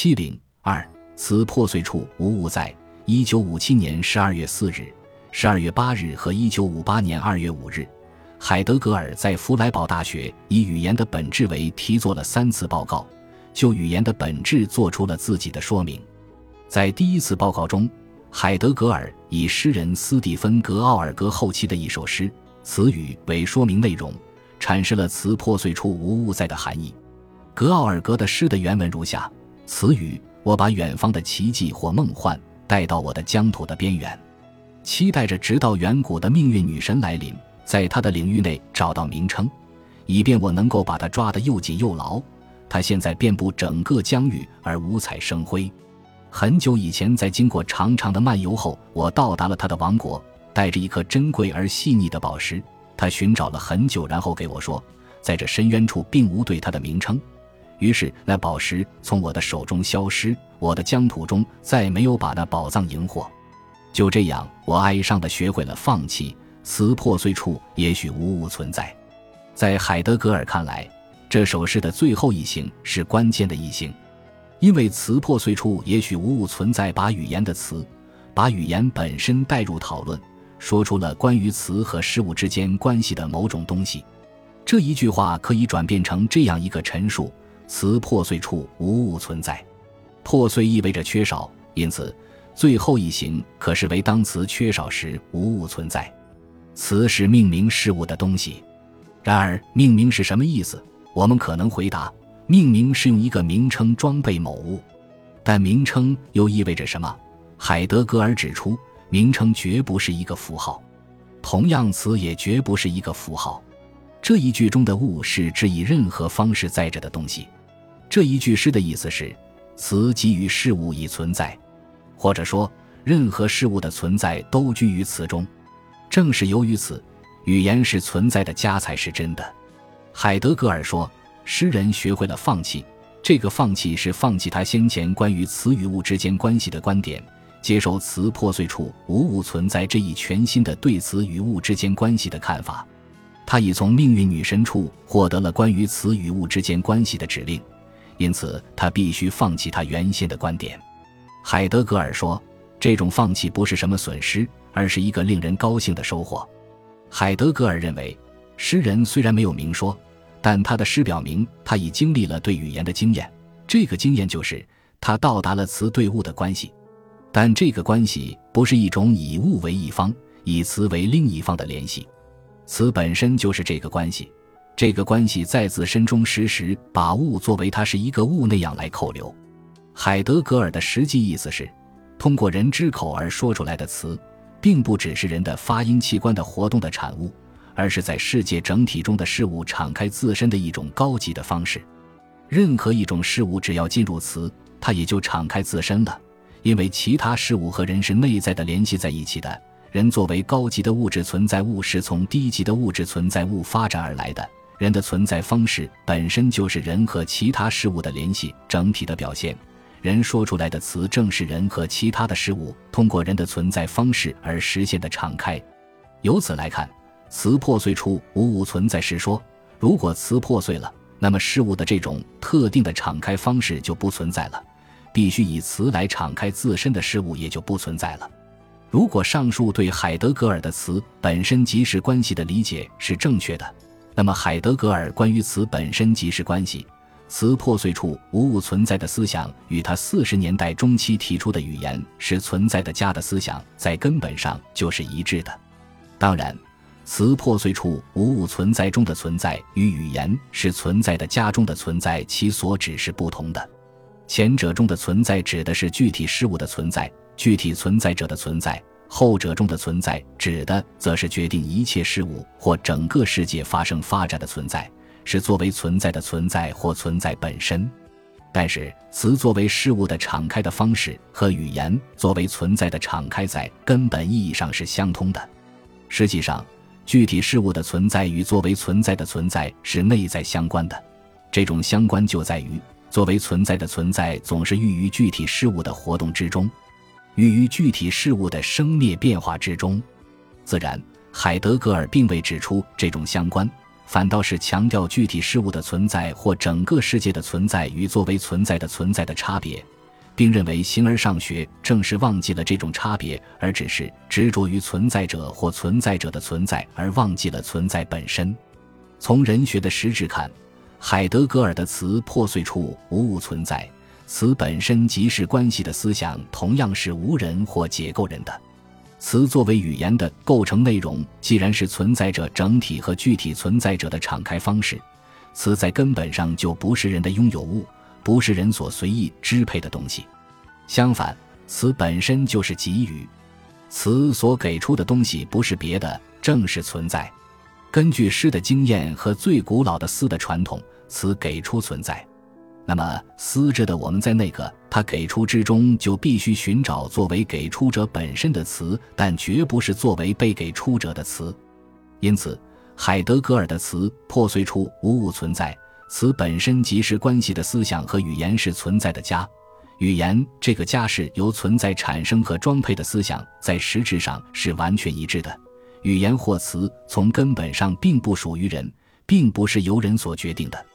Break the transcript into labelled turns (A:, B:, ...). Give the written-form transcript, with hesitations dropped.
A: 702词破碎处无物在。1957年12月4日、12月8日和1958年2月5日，海德格尔在弗莱堡大学以语言的本质为题做了3次报告，就语言的本质做出了自己的说明。在第一次报告中，海德格尔以诗人斯蒂芬·格奥尔格后期的一首诗《词语》为说明内容，阐释了词破碎处无物在的含义。格奥尔格的诗的原文如下：词语，我把远方的奇迹或梦幻带到我的疆土的边缘，期待着直到远古的命运女神来临，在她的领域内找到名称，以便我能够把她抓得又紧又牢。她现在遍布整个疆域而五彩生辉。很久以前，在经过长长的漫游后，我到达了她的王国，带着一颗珍贵而细腻的宝石。她寻找了很久，然后给我说，在这深渊处并无对它的名称。于是那宝石从我的手中消失，我的疆土中再没有把那宝藏荧获。就这样，我哀伤地学会了放弃，词破碎处也许无物存在。在海德格尔看来，这首诗的最后一行是关键的一行，因为词破碎处也许无物存在把语言的词，把语言本身带入讨论，说出了关于词和事物之间关系的某种东西。这一句话可以转变成这样一个陈述：词破碎处无物存在。破碎意味着缺少，因此最后一行可视为当词缺少时无物存在。词是命名事物的东西。然而命名是什么意思？我们可能回答，命名是用一个名称装备某物。但名称又意味着什么？海德格尔指出，名称绝不是一个符号，同样词也绝不是一个符号。这一句中的物是指以任何方式在着的东西。这一句诗的意思是，词给予事物已存在，或者说任何事物的存在都居于词中。正是由于此，语言是存在的家才是真的。海德格尔说，诗人学会了放弃，这个放弃是放弃他先前关于词与物之间关系的观点，接受词破碎处无物存在这一全新的对词与物之间关系的看法。他已从命运女神处获得了关于词与物之间关系的指令，因此他必须放弃他原先的观点。海德格尔说，这种放弃不是什么损失，而是一个令人高兴的收获。海德格尔认为，诗人虽然没有明说，但他的诗表明他已经历了对语言的经验，这个经验就是他到达了词对物的关系。但这个关系不是一种以物为一方，以词为另一方的联系，词本身就是这个关系。这个关系在自身中时时把物作为它是一个物那样来扣留。海德格尔的实际意思是，通过人之口而说出来的词，并不只是人的发音器官的活动的产物，而是在世界整体中的事物敞开自身的一种高级的方式。任何一种事物只要进入词，它也就敞开自身了，因为其他事物和人是内在的联系在一起的。人作为高级的物质存在物是从低级的物质存在物发展而来的，人的存在方式本身就是人和其他事物的联系整体的表现。人说出来的词正是人和其他的事物通过人的存在方式而实现的敞开。由此来看，词破碎处无物存在是说，如果词破碎了，那么事物的这种特定的敞开方式就不存在了，必须以词来敞开自身的事物也就不存在了。如果上述对海德格尔的词本身即是关系的理解是正确的，那么海德格尔关于词本身即是关系，词破碎处无物存在的思想与他40年代中期提出的语言是存在的家的思想在根本上就是一致的。当然，词破碎处无物存在中的存在与语言是存在的家中的存在其所指是不同的。前者中的存在指的是具体事物的存在，具体存在者的存在；后者中的存在指的则是决定一切事物或整个世界发生发展的存在，是作为存在的存在或存在本身。但是词作为事物的敞开的方式和语言作为存在的敞开在根本意义上是相通的。实际上，具体事物的存在与作为存在的存在是内在相关的，这种相关就在于作为存在的存在总是寓于具体事物的活动之中，寓于具体事物的生灭变化之中。自然，海德格尔并未指出这种相关， 反倒是强调具体事物的存在或整个世界的存在与作为存在的差别，并认为形而上学正是忘记了这种差别，而只是执着于存在者或存在者的存在，而忘记了存在本身。从人学的实质看，海德格尔的词破碎处无物存在，词本身即是关系的思想同样是无人或解构人的。词作为语言的构成内容，既然是存在者整体和具体存在者的敞开方式，词在根本上就不是人的拥有物，不是人所随意支配的东西。相反，词本身就是给予，词所给出的东西不是别的，正是存在。根据诗的经验和最古老的诗的传统，词给出存在。那么思着的我们在那个他给出之中，就必须寻找作为给出者本身的词，但绝不是作为被给出者的词。因此海德格尔的词破碎处无物存在，词本身即是关系的思想和语言是存在的家。语言这个家是由存在产生和装配的思想，在实质上是完全一致的。语言或词从根本上并不属于人，并不是由人所决定的。